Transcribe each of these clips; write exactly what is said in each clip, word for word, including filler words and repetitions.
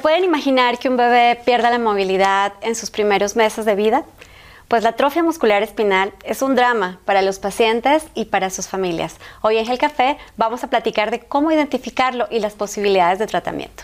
pueden imaginar que un bebé pierda la movilidad en sus primeros meses de vida? Pues la atrofia muscular espinal es un drama para los pacientes y para sus familias. Hoy en Health Café vamos a platicar de cómo identificarlo y las posibilidades de tratamiento.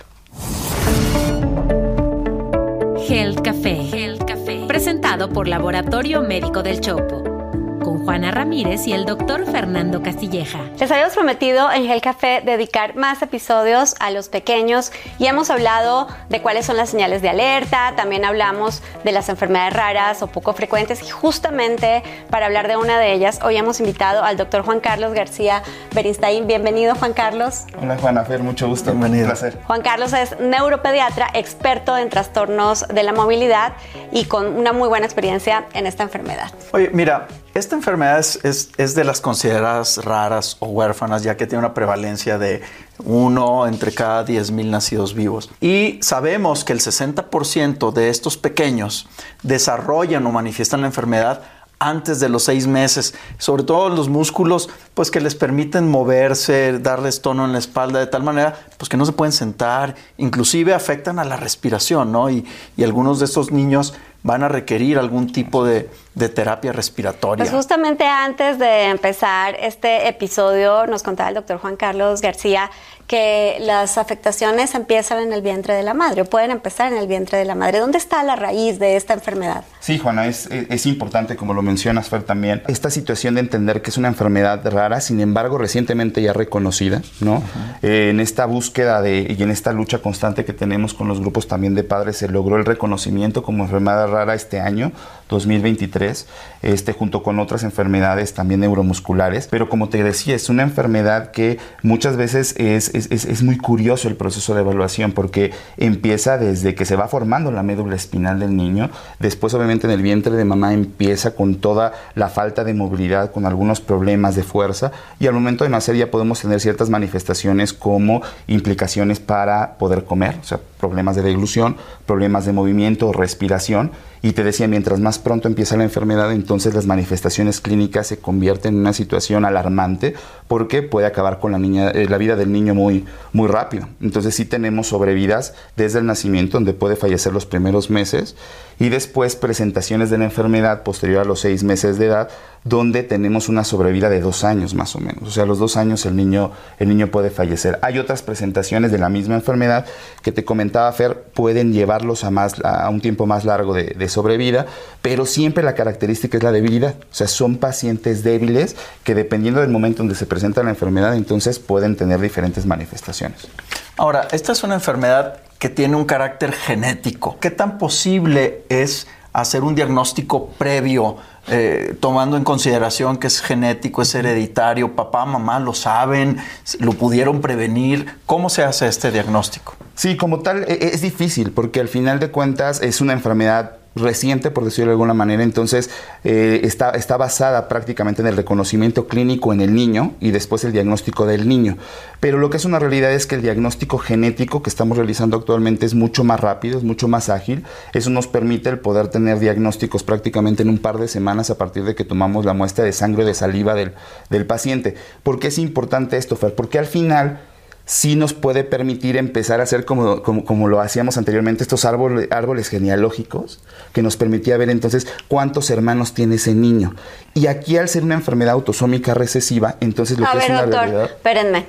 Health Café, Health Café, presentado por Laboratorio Médico del Chopo, con Juana Ramírez y el doctor Fernando Castilleja. Les habíamos prometido en Health Café dedicar más episodios a los pequeños y hemos hablado de cuáles son las señales de alerta, también hablamos de las enfermedades raras o poco frecuentes y justamente para hablar de una de ellas hoy hemos invitado al doctor Juan Carlos García Beristain. Bienvenido, Juan Carlos. Hola, Juana Fer, mucho gusto. Bienvenido. Un placer. Juan Carlos es neuropediatra, experto en trastornos de la movilidad y con una muy buena experiencia en esta enfermedad. Oye, mira, esta enfermedad es, es, es de las consideradas raras o huérfanas, ya que tiene una prevalencia de uno entre cada diez mil nacidos vivos. Y sabemos que el sesenta por ciento de estos pequeños desarrollan o manifiestan la enfermedad antes de los seis meses, sobre todo los músculos pues que les permiten moverse, darles tono en la espalda de tal manera pues que no se pueden sentar, inclusive afectan a la respiración, ¿no? Y, y algunos de estos niños van a requerir algún tipo de, de terapia respiratoria. Pues justamente antes de empezar este episodio nos contaba el doctor Juan Carlos García que las afectaciones empiezan en el vientre de la madre o pueden empezar en el vientre de la madre. ¿Dónde está la raíz de esta enfermedad? Sí, Juana, es, es importante, como lo mencionas, Fer, también, esta situación de entender que es una enfermedad rara, sin embargo, recientemente ya reconocida, ¿no? Uh-huh. eh, en esta búsqueda de, y en esta lucha constante que tenemos con los grupos también de padres, se logró el reconocimiento como enfermedad rara este año, dos mil veintitrés, este, junto con otras enfermedades también neuromusculares, pero como te decía, es una enfermedad que muchas veces es, es, es, es muy curioso el proceso de evaluación, porque empieza desde que se va formando la médula espinal del niño, después obviamente en el vientre de mamá empieza con toda la falta de movilidad, con algunos problemas de fuerza, y al momento de nacer ya podemos tener ciertas manifestaciones como implicaciones para poder comer, o sea, problemas de deglución, problemas de movimiento, respiración. Y te decía, mientras más pronto empieza la enfermedad, entonces las manifestaciones clínicas se convierten en una situación alarmante porque puede acabar con la, niña, eh, la vida del niño muy, muy rápido. Entonces sí tenemos sobrevidas desde el nacimiento, donde puede fallecer los primeros meses, y después presentaciones de la enfermedad posterior a los seis meses de edad, donde tenemos una sobrevida de dos años más o menos. O sea, a los dos años el niño, el niño puede fallecer. Hay otras presentaciones de la misma enfermedad que te comentaba, Fer, pueden llevarlos a, más, a un tiempo más largo de, de sobrevida, pero siempre la característica es la debilidad. O sea, son pacientes débiles que dependiendo del momento donde se presenta la enfermedad, entonces pueden tener diferentes manifestaciones. Ahora, esta es una enfermedad que tiene un carácter genético. ¿Qué tan posible es hacer un diagnóstico previo, eh, tomando en consideración que es genético, es hereditario, papá, mamá lo saben, lo pudieron prevenir? ¿Cómo se hace este diagnóstico? Sí, como tal, es difícil porque al final de cuentas es una enfermedad reciente, por decirlo de alguna manera, entonces eh, está, está basada prácticamente en el reconocimiento clínico en el niño y después el diagnóstico del niño. Pero lo que es una realidad es que el diagnóstico genético que estamos realizando actualmente es mucho más rápido, es mucho más ágil. Eso nos permite el poder tener diagnósticos prácticamente en un par de semanas a partir de que tomamos la muestra de sangre o de saliva del, del paciente. ¿Por qué es importante esto, Fer? Porque al final sí nos puede permitir empezar a hacer como, como, como lo hacíamos anteriormente, estos árboles, árboles genealógicos, que nos permitía ver entonces cuántos hermanos tiene ese niño. Y aquí, al ser una enfermedad autosómica recesiva, entonces lo a que ver, es una doctor, realidad... espérenme.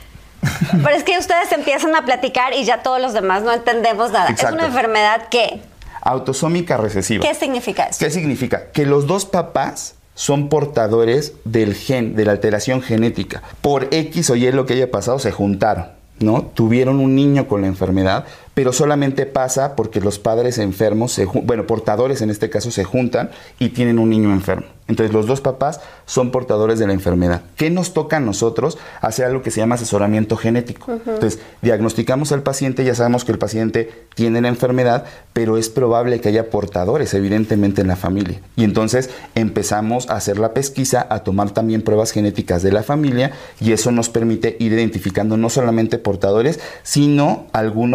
Pero es que ustedes empiezan a platicar y ya todos los demás no entendemos nada. Exacto. ¿Es una enfermedad qué? Autosómica recesiva. ¿Qué significa eso? ¿Qué significa? Que los dos papás son portadores del gen, de la alteración genética. Por X o Y lo que haya pasado, se juntaron, ¿no? Tuvieron un niño con la enfermedad, pero solamente pasa porque los padres enfermos, se, bueno, portadores en este caso, se juntan y tienen un niño enfermo. Entonces los dos papás son portadores de la enfermedad. ¿Qué nos toca a nosotros? Hacer algo que se llama asesoramiento genético. Uh-huh. Entonces diagnosticamos al paciente, ya sabemos que el paciente tiene la enfermedad, pero es probable que haya portadores evidentemente en la familia. Y entonces empezamos a hacer la pesquisa, a tomar también pruebas genéticas de la familia, y eso nos permite ir identificando no solamente portadores, sino alguno de los hermanos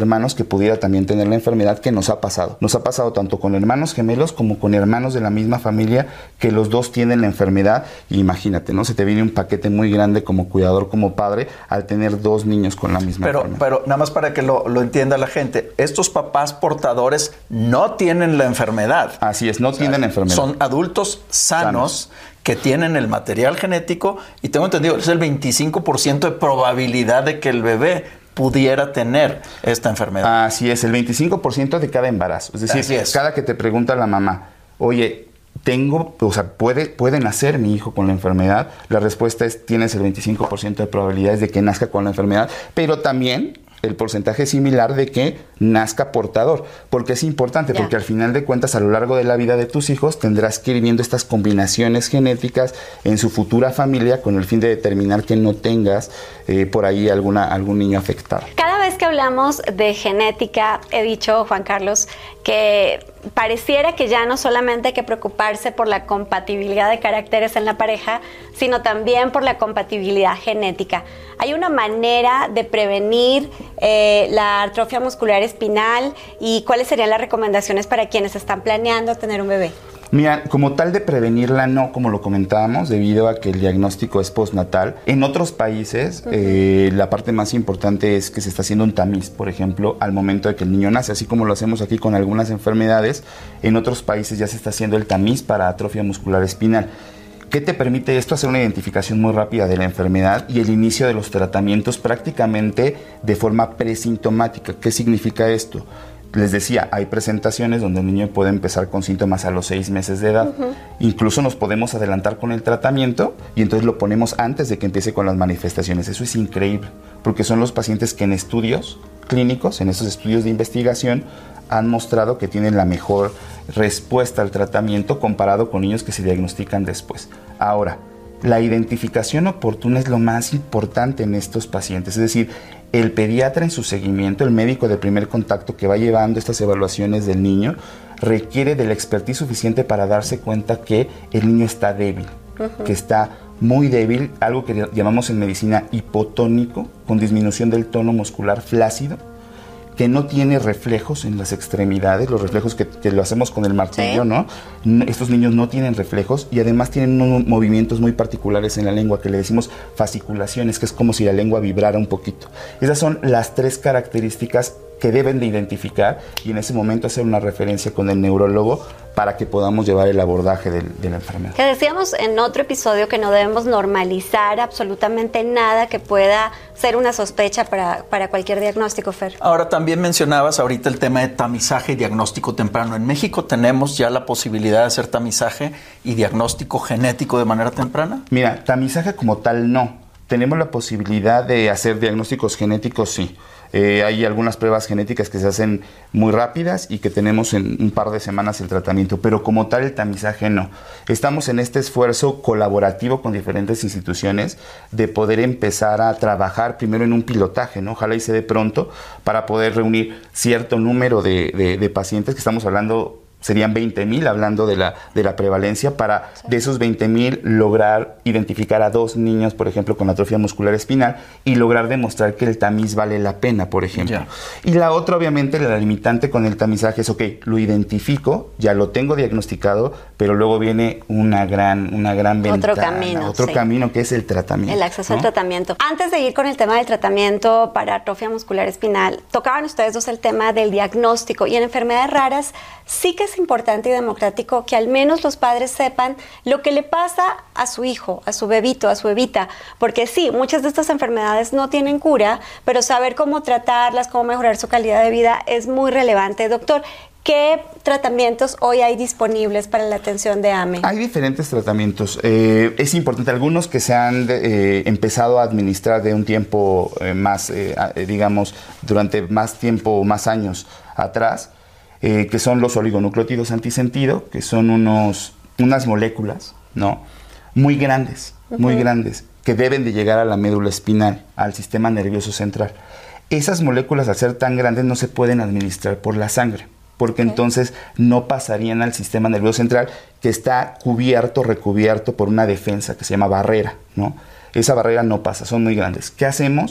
hermanos que pudiera también tener la enfermedad, que nos ha pasado. Nos ha pasado tanto con hermanos gemelos como con hermanos de la misma familia que los dos tienen la enfermedad. Y imagínate, ¿no? Se te viene un paquete muy grande como cuidador, como padre, al tener dos niños con la misma pero, enfermedad. Pero nada más para que lo, lo entienda la gente, estos papás portadores no tienen la enfermedad. Así es, no o sea, tienen enfermedad. Son adultos sanos, sanos que tienen el material genético y tengo entendido, es el veinticinco por ciento de probabilidad de que el bebé pudiera tener esta enfermedad. Así es, el veinticinco por ciento de cada embarazo. Es decir, es. cada que te pregunta la mamá, oye, tengo, o sea, ¿puede, ¿puede nacer mi hijo con la enfermedad? La respuesta es, tienes el veinticinco por ciento de probabilidades de que nazca con la enfermedad, pero también el porcentaje similar de que nazca portador, porque es importante, yeah. porque al final de cuentas a lo largo de la vida de tus hijos tendrás que ir viendo estas combinaciones genéticas en su futura familia con el fin de determinar que no tengas eh, por ahí alguna, algún niño afectado. Cada vez que hablamos de genética, he dicho, Juan Carlos, que pareciera que ya no solamente hay que preocuparse por la compatibilidad de caracteres en la pareja, sino también por la compatibilidad genética. ¿Hay una manera de prevenir eh, la atrofia muscular espinal y cuáles serían las recomendaciones para quienes están planeando tener un bebé? Mira, como tal de prevenirla no, como lo comentábamos, debido a que el diagnóstico es postnatal. En otros países, uh-huh. eh, la parte más importante es que se está haciendo un tamiz, por ejemplo, al momento de que el niño nace, así como lo hacemos aquí con algunas enfermedades. En otros países ya se está haciendo el tamiz para atrofia muscular espinal. ¿Qué te permite esto? Hacer una identificación muy rápida de la enfermedad y el inicio de los tratamientos prácticamente de forma presintomática. ¿Qué significa esto? Les decía, hay presentaciones donde el niño puede empezar con síntomas a los seis meses de edad. Uh-huh. Incluso nos podemos adelantar con el tratamiento y entonces lo ponemos antes de que empiece con las manifestaciones. Eso es increíble, porque son los pacientes que en estudios clínicos, en estos estudios de investigación, han mostrado que tienen la mejor respuesta al tratamiento comparado con niños que se diagnostican después. Ahora, la identificación oportuna es lo más importante en estos pacientes, es decir, el pediatra en su seguimiento, el médico de primer contacto que va llevando estas evaluaciones del niño, requiere de la expertise suficiente para darse cuenta que el niño está débil, uh-huh. que está muy débil, algo que llamamos en medicina hipotónico, con disminución del tono muscular flácido, que no tiene reflejos en las extremidades, los reflejos que, que lo hacemos con el martillo, ¿sí? ¿no? Estos niños no tienen reflejos y además tienen unos movimientos muy particulares en la lengua que le decimos fasciculaciones, que es como si la lengua vibrara un poquito. Esas son las tres características que deben de identificar y en ese momento hacer una referencia con el neurólogo para que podamos llevar el abordaje de, de la enfermedad. Que decíamos en otro episodio que no debemos normalizar absolutamente nada que pueda ser una sospecha para, para cualquier diagnóstico, Fer. Ahora también mencionabas ahorita el tema de tamizaje y diagnóstico temprano. En México tenemos ya la posibilidad de hacer tamizaje y diagnóstico genético de manera temprana. Mira, tamizaje como tal no. Tenemos la posibilidad de hacer diagnósticos genéticos, sí. Eh, hay algunas pruebas genéticas que se hacen muy rápidas y que tenemos en un par de semanas el tratamiento, pero como tal el tamizaje no. Estamos en este esfuerzo colaborativo con diferentes instituciones de poder empezar a trabajar primero en un pilotaje, ¿no? Ojalá y se dé pronto para poder reunir cierto número de, de, de pacientes, que estamos hablando, serían veinte mil, hablando de la, de la prevalencia, para sí. de esos veinte mil lograr identificar a dos niños, por ejemplo, con atrofia muscular espinal y lograr demostrar que el tamiz vale la pena, por ejemplo. Yeah. Y la otra, obviamente, la limitante con el tamizaje es, ok, lo identifico, ya lo tengo diagnosticado, pero luego viene una gran, una gran ventana. Otro camino. Otro sí. camino que es el tratamiento. El acceso ¿no? al tratamiento. Antes de ir con el tema del tratamiento para atrofia muscular espinal, tocaban ustedes dos el tema del diagnóstico y en enfermedades raras sí que es importante y democrático que al menos los padres sepan lo que le pasa a su hijo, a su bebito, a su bebita, porque sí, muchas de estas enfermedades no tienen cura, pero saber cómo tratarlas, cómo mejorar su calidad de vida es muy relevante. Doctor, ¿qué tratamientos hoy hay disponibles para la atención de A M E? Hay diferentes tratamientos. Eh, es importante, algunos que se han eh, empezado a administrar de un tiempo eh, más, eh, digamos, durante más tiempo, más años atrás, Eh, que son los oligonucleótidos antisentido, que son unos, unas moléculas, ¿no? muy grandes, uh-huh. muy grandes, que deben de llegar a la médula espinal, al sistema nervioso central. Esas moléculas, al ser tan grandes, no se pueden administrar por la sangre, porque okay. entonces no pasarían al sistema nervioso central, que está cubierto, recubierto por una defensa que se llama barrera, ¿no? Esa barrera no pasa, son muy grandes. ¿Qué hacemos?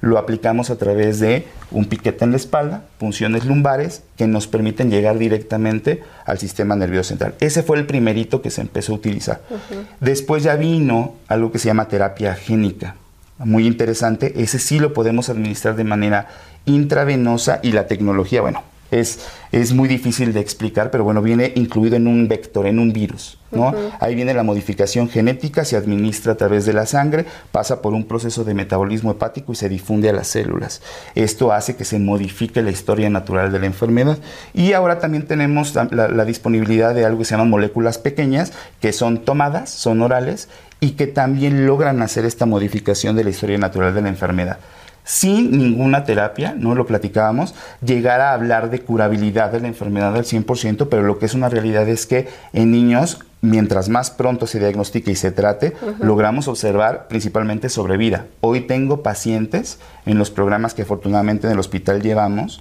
lo aplicamos a través de un piquete en la espalda, punciones lumbares que nos permiten llegar directamente al sistema nervioso central. Ese fue el primerito que se empezó a utilizar. Uh-huh. Después ya vino algo que se llama terapia génica. Muy interesante, ese sí lo podemos administrar de manera intravenosa y la tecnología, bueno, es, es muy difícil de explicar, pero bueno, viene incluido en un vector, en un virus, ¿no? Uh-huh. Ahí viene la modificación genética, se administra a través de la sangre, pasa por un proceso de metabolismo hepático y se difunde a las células. Esto hace que se modifique la historia natural de la enfermedad. Y ahora también tenemos la, la, la disponibilidad de algo que se llaman moléculas pequeñas, que son tomadas, son orales, y que también logran hacer esta modificación de la historia natural de la enfermedad. Sin ninguna terapia, no lo platicábamos, llegar a hablar de curabilidad de la enfermedad al cien por ciento, pero lo que es una realidad es que en niños, mientras más pronto se diagnostique y se trate, uh-huh. logramos observar principalmente sobrevida. Hoy tengo pacientes en los programas que afortunadamente en el hospital llevamos,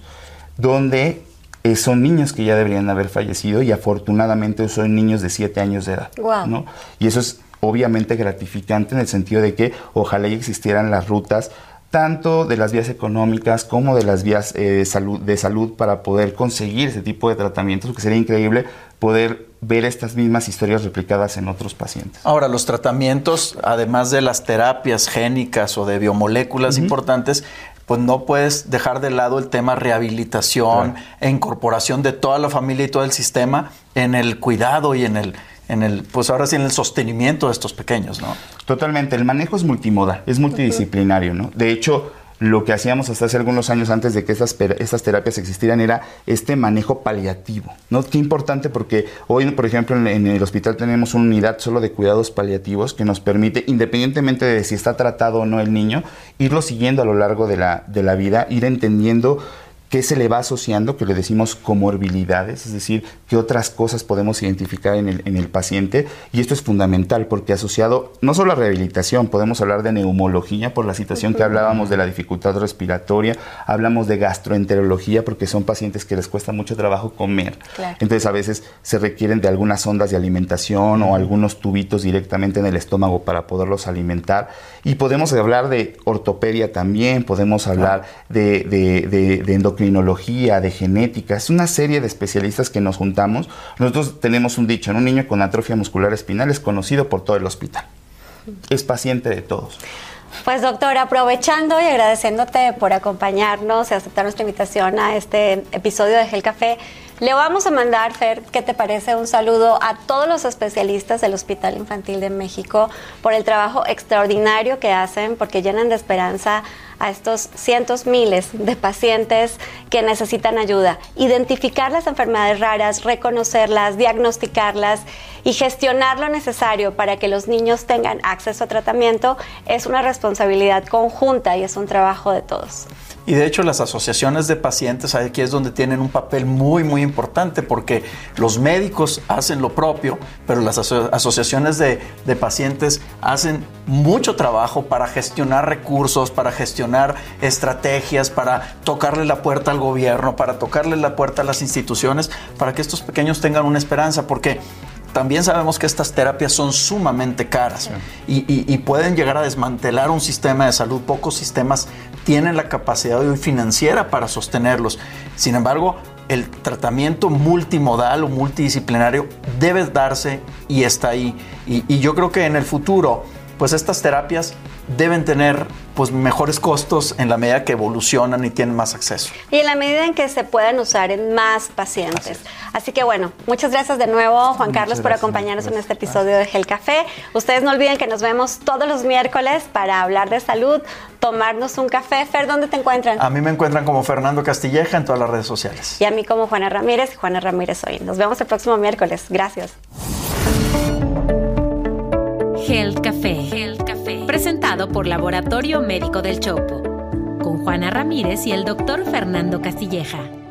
donde eh, son niños que ya deberían haber fallecido y afortunadamente son niños de siete años de edad. Wow. ¿No? Y eso es obviamente gratificante en el sentido de que ojalá ya existieran las rutas tanto de las vías económicas como de las vías eh, salud, de salud para poder conseguir ese tipo de tratamientos, porque sería increíble poder ver estas mismas historias replicadas en otros pacientes. Ahora, los tratamientos, además de las terapias génicas o de biomoléculas uh-huh. importantes, pues no puedes dejar de lado el tema rehabilitación claro. e incorporación de toda la familia y todo el sistema en el cuidado y en el en el, pues ahora sí en el sostenimiento de estos pequeños, ¿no? Totalmente, el manejo es multimodal, es multidisciplinario, ¿no? De hecho, lo que hacíamos hasta hace algunos años antes de que estas, estas terapias existieran era este manejo paliativo, ¿no? Qué importante porque hoy, por ejemplo, en, en el hospital tenemos una unidad solo de cuidados paliativos que nos permite, independientemente de si está tratado o no el niño, irlo siguiendo a lo largo de la, de la vida, ir entendiendo qué se le va asociando, que le decimos comorbilidades, es decir, qué otras cosas podemos identificar en el, en el paciente. Y esto es fundamental porque asociado no solo a rehabilitación, podemos hablar de neumología por la situación uh-huh. que hablábamos de la dificultad respiratoria, hablamos de gastroenterología porque son pacientes que les cuesta mucho trabajo comer. Claro. Entonces a veces se requieren de algunas ondas de alimentación uh-huh. o algunos tubitos directamente en el estómago para poderlos alimentar. Y podemos hablar de ortopedia también, podemos hablar claro. de, de, de, de endocrinología, de genética. Es una serie de especialistas que nos juntamos. Nosotros tenemos un dicho, ¿no? Un niño con atrofia muscular espinal es conocido por todo el hospital. Es paciente de todos. Pues doctor, aprovechando y agradeciéndote por acompañarnos y aceptar nuestra invitación a este episodio de Gel Café, le vamos a mandar, Fer, ¿qué te parece? Un saludo a todos los especialistas del Hospital Infantil de México por el trabajo extraordinario que hacen, porque llenan de esperanza a estos cientos, miles de pacientes que necesitan ayuda. Identificar las enfermedades raras, reconocerlas, diagnosticarlas y gestionar lo necesario para que los niños tengan acceso a tratamiento es una responsabilidad conjunta y es un trabajo de todos. Y de hecho las asociaciones de pacientes aquí es donde tienen un papel muy muy importante porque los médicos hacen lo propio, pero las aso- asociaciones de, de pacientes hacen mucho trabajo para gestionar recursos, para gestionar estrategias, para tocarle la puerta al gobierno, para tocarle la puerta a las instituciones, para que estos pequeños tengan una esperanza, porque también sabemos que estas terapias son sumamente caras sí. y, y, y pueden llegar a desmantelar un sistema de salud. Pocos sistemas tienen la capacidad hoy financiera para sostenerlos. Sin embargo, el tratamiento multimodal o multidisciplinario debe darse y está ahí. Y, y yo creo que en el futuro, pues estas terapias deben tener pues mejores costos en la medida que evolucionan y tienen más acceso. Y en la medida en que se puedan usar en más pacientes. Así, Así que bueno, muchas gracias de nuevo, Juan Carlos, por acompañarnos gracias. en este episodio de Gel Café. Ustedes no olviden que nos vemos todos los miércoles para hablar de salud, tomarnos un café. Fer, ¿dónde te encuentran? A mí me encuentran como Fernando Castilleja en todas las redes sociales. Y a mí como Juana Ramírez, Juana Ramírez Hoy. Nos vemos el próximo miércoles. Gracias. Gel Café. Gel Café. Presentado por Laboratorio Médico del Chopo. Con Juana Ramírez y el doctor Fernando Castilleja.